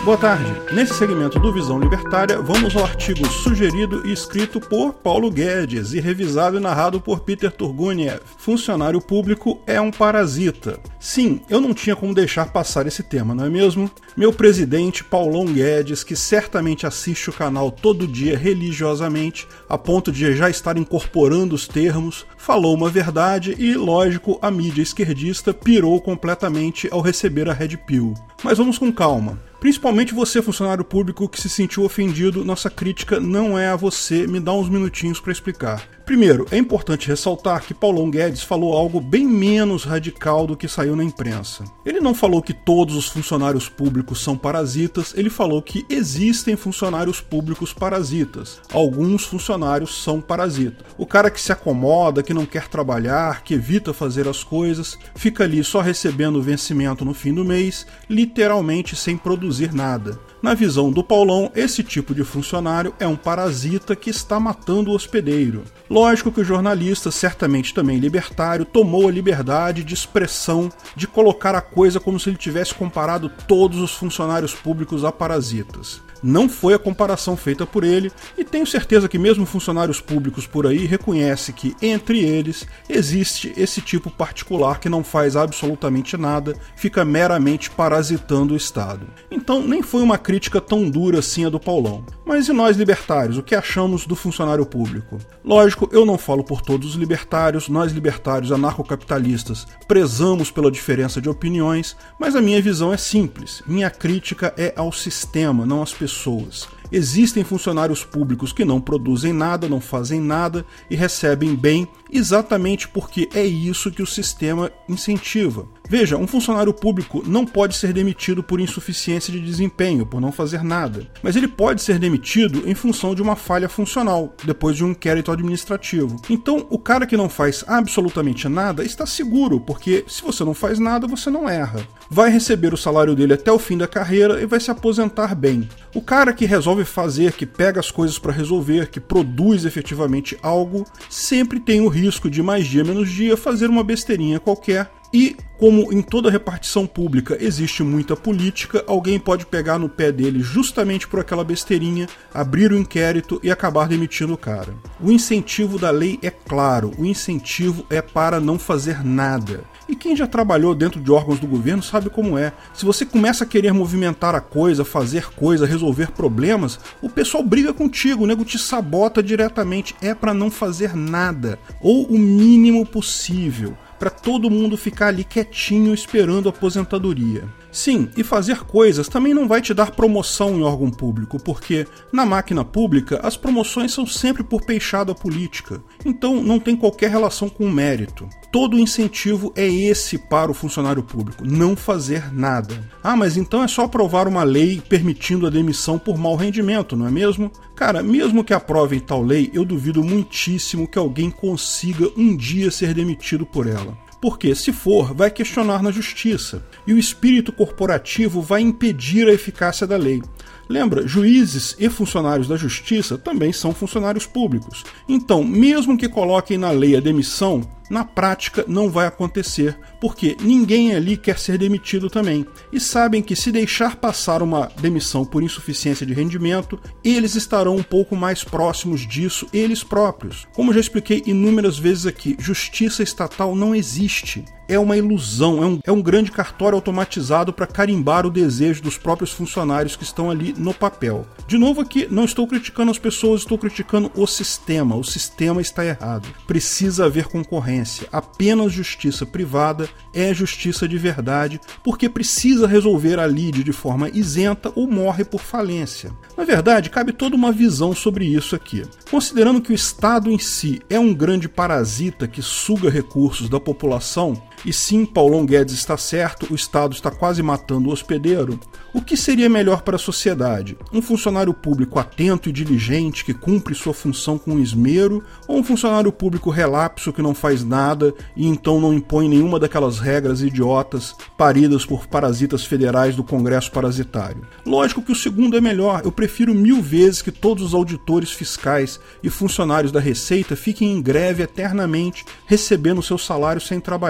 Boa tarde. Nesse segmento do Visão Libertária, vamos ao artigo sugerido e escrito por Paulo Guedes e revisado e narrado por Peter Turguniev. Funcionário público é um parasita. Sim, eu não tinha como deixar passar esse tema, não é mesmo? Meu presidente, Paulão Guedes, que certamente assiste o canal todo dia religiosamente, a ponto de já estar incorporando os termos, falou uma verdade e, lógico, a mídia esquerdista pirou completamente ao receber a Red Pill. Mas vamos com calma. Principalmente você, funcionário público, que se sentiu ofendido, nossa crítica não é a você, me dá uns minutinhos para explicar. Primeiro, é importante ressaltar que Paulão Guedes falou algo bem menos radical do que saiu na imprensa. Ele não falou que todos os funcionários públicos são parasitas, ele falou que existem funcionários públicos parasitas. Alguns funcionários são parasitas. O cara que se acomoda, que não quer trabalhar, que evita fazer as coisas, fica ali só recebendo o vencimento no fim do mês, literalmente sem produzir nada. Na visão do Paulão, esse tipo de funcionário é um parasita que está matando o hospedeiro. Lógico que o jornalista, certamente também libertário, tomou a liberdade de expressão de colocar a coisa como se ele tivesse comparado todos os funcionários públicos a parasitas. Não foi a comparação feita por ele, e tenho certeza que mesmo funcionários públicos por aí reconhecem que, entre eles, existe esse tipo particular que não faz absolutamente nada, fica meramente parasitando o Estado. Então nem foi uma crítica tão dura assim a do Paulão. Mas e nós libertários, o que achamos do funcionário público? Lógico, eu não falo por todos os libertários, nós libertários anarcocapitalistas prezamos pela diferença de opiniões, mas a minha visão é simples, minha crítica é ao sistema, não às pessoas. Existem funcionários públicos que não produzem nada, não fazem nada e recebem bem, exatamente porque é isso que o sistema incentiva. Veja, um funcionário público não pode ser demitido por insuficiência de desempenho, por não fazer nada, mas ele pode ser demitido em função de uma falha funcional, depois de um inquérito administrativo. Então, o cara que não faz absolutamente nada está seguro, porque se você não faz nada, você não erra. Vai receber o salário dele até o fim da carreira e vai se aposentar bem. O cara que resolve fazer, que pega as coisas para resolver, que produz efetivamente algo, sempre tem o risco de mais dia menos dia fazer uma besteirinha qualquer. E, como em toda repartição pública existe muita política, alguém pode pegar no pé dele justamente por aquela besteirinha, abrir o inquérito e acabar demitindo o cara. O incentivo da lei é claro, o incentivo é para não fazer nada. E quem já trabalhou dentro de órgãos do governo sabe como é. Se você começa a querer movimentar a coisa, fazer coisa, resolver problemas, o pessoal briga contigo, o nego te sabota diretamente. É para não fazer nada, ou o mínimo possível, para todo mundo ficar ali quietinho esperando a aposentadoria. Sim, e fazer coisas também não vai te dar promoção em órgão público, porque na máquina pública as promoções são sempre por peixada política, então não tem qualquer relação com o mérito. Todo o incentivo é esse para o funcionário público, não fazer nada. Ah, mas então é só aprovar uma lei permitindo a demissão por mau rendimento, não é mesmo? Cara, mesmo que aprovem tal lei, eu duvido muitíssimo que alguém consiga um dia ser demitido por ela. Porque, se for, vai questionar na justiça, e o espírito corporativo vai impedir a eficácia da lei. Lembra, juízes e funcionários da justiça também são funcionários públicos. Então, mesmo que coloquem na lei a demissão, na prática não vai acontecer, porque ninguém ali quer ser demitido também. E sabem que se deixar passar uma demissão por insuficiência de rendimento, eles estarão um pouco mais próximos disso, eles próprios. Como já expliquei inúmeras vezes aqui, justiça estatal não existe. É uma ilusão, é um grande cartório automatizado para carimbar o desejo dos próprios funcionários que estão ali no papel. De novo aqui, não estou criticando as pessoas, estou criticando o sistema está errado. Precisa haver concorrência. Apenas justiça privada é justiça de verdade, porque precisa resolver a lide de forma isenta ou morre por falência. Na verdade, cabe toda uma visão sobre isso aqui. Considerando que o Estado em si é um grande parasita que suga recursos da população, e sim, Paulão Guedes está certo, o Estado está quase matando o hospedeiro, o que seria melhor para a sociedade? Um funcionário público atento e diligente que cumpre sua função com esmero, ou um funcionário público relapso que não faz nada e então não impõe nenhuma daquelas regras idiotas paridas por parasitas federais do Congresso parasitário? Lógico que o segundo é melhor, eu prefiro 1000 vezes que todos os auditores fiscais e funcionários da Receita fiquem em greve eternamente recebendo seu salário sem trabalhar.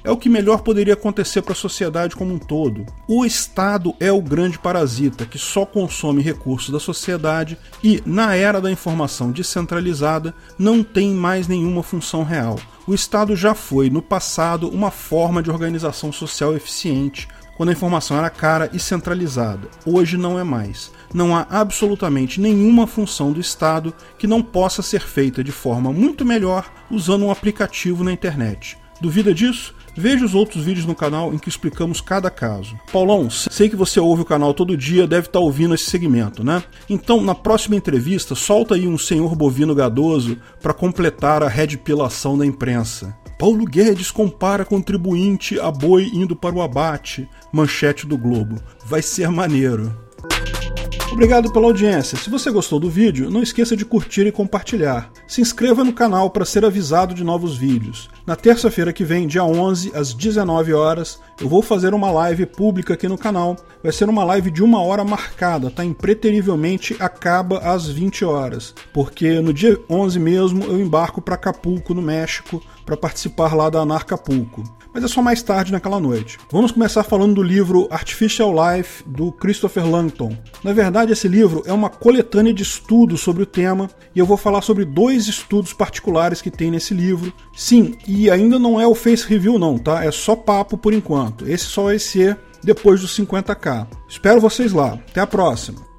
é o que melhor poderia acontecer para a sociedade como um todo. O Estado é o grande parasita que só consome recursos da sociedade e, na era da informação descentralizada, não tem mais nenhuma função real. O Estado já foi, no passado, uma forma de organização social eficiente, quando a informação era cara e centralizada. Hoje não é mais. Não há absolutamente nenhuma função do Estado que não possa ser feita de forma muito melhor usando um aplicativo na internet. Duvida disso? Veja os outros vídeos no canal em que explicamos cada caso. Paulão, sei que você ouve o canal todo dia, deve estar ouvindo esse segmento, né? Então, na próxima entrevista, solta aí um senhor bovino gadoso para completar a redipilação da imprensa. Paulo Guedes compara contribuinte a boi indo para o abate. Manchete do Globo. Vai ser maneiro. Obrigado pela audiência. Se você gostou do vídeo, não esqueça de curtir e compartilhar. Se inscreva no canal para ser avisado de novos vídeos. Na terça-feira que vem, dia 11, às 19 horas, eu vou fazer uma live pública aqui no canal. Vai ser uma live de 1 hora marcada, tá? Impreterivelmente acaba às 20 horas. Porque no dia 11 mesmo eu embarco para Acapulco, no México, para participar lá da Anarcapulco. Mas é só mais tarde naquela noite. Vamos começar falando do livro Artificial Life, do Christopher Langton. Na verdade, esse livro é uma coletânea de estudos sobre o tema, e eu vou falar sobre 2 estudos particulares que tem nesse livro. Sim, e ainda não é o Face Review não, tá? É só papo por enquanto. Esse só vai ser depois dos 50k. Espero vocês lá. Até a próxima!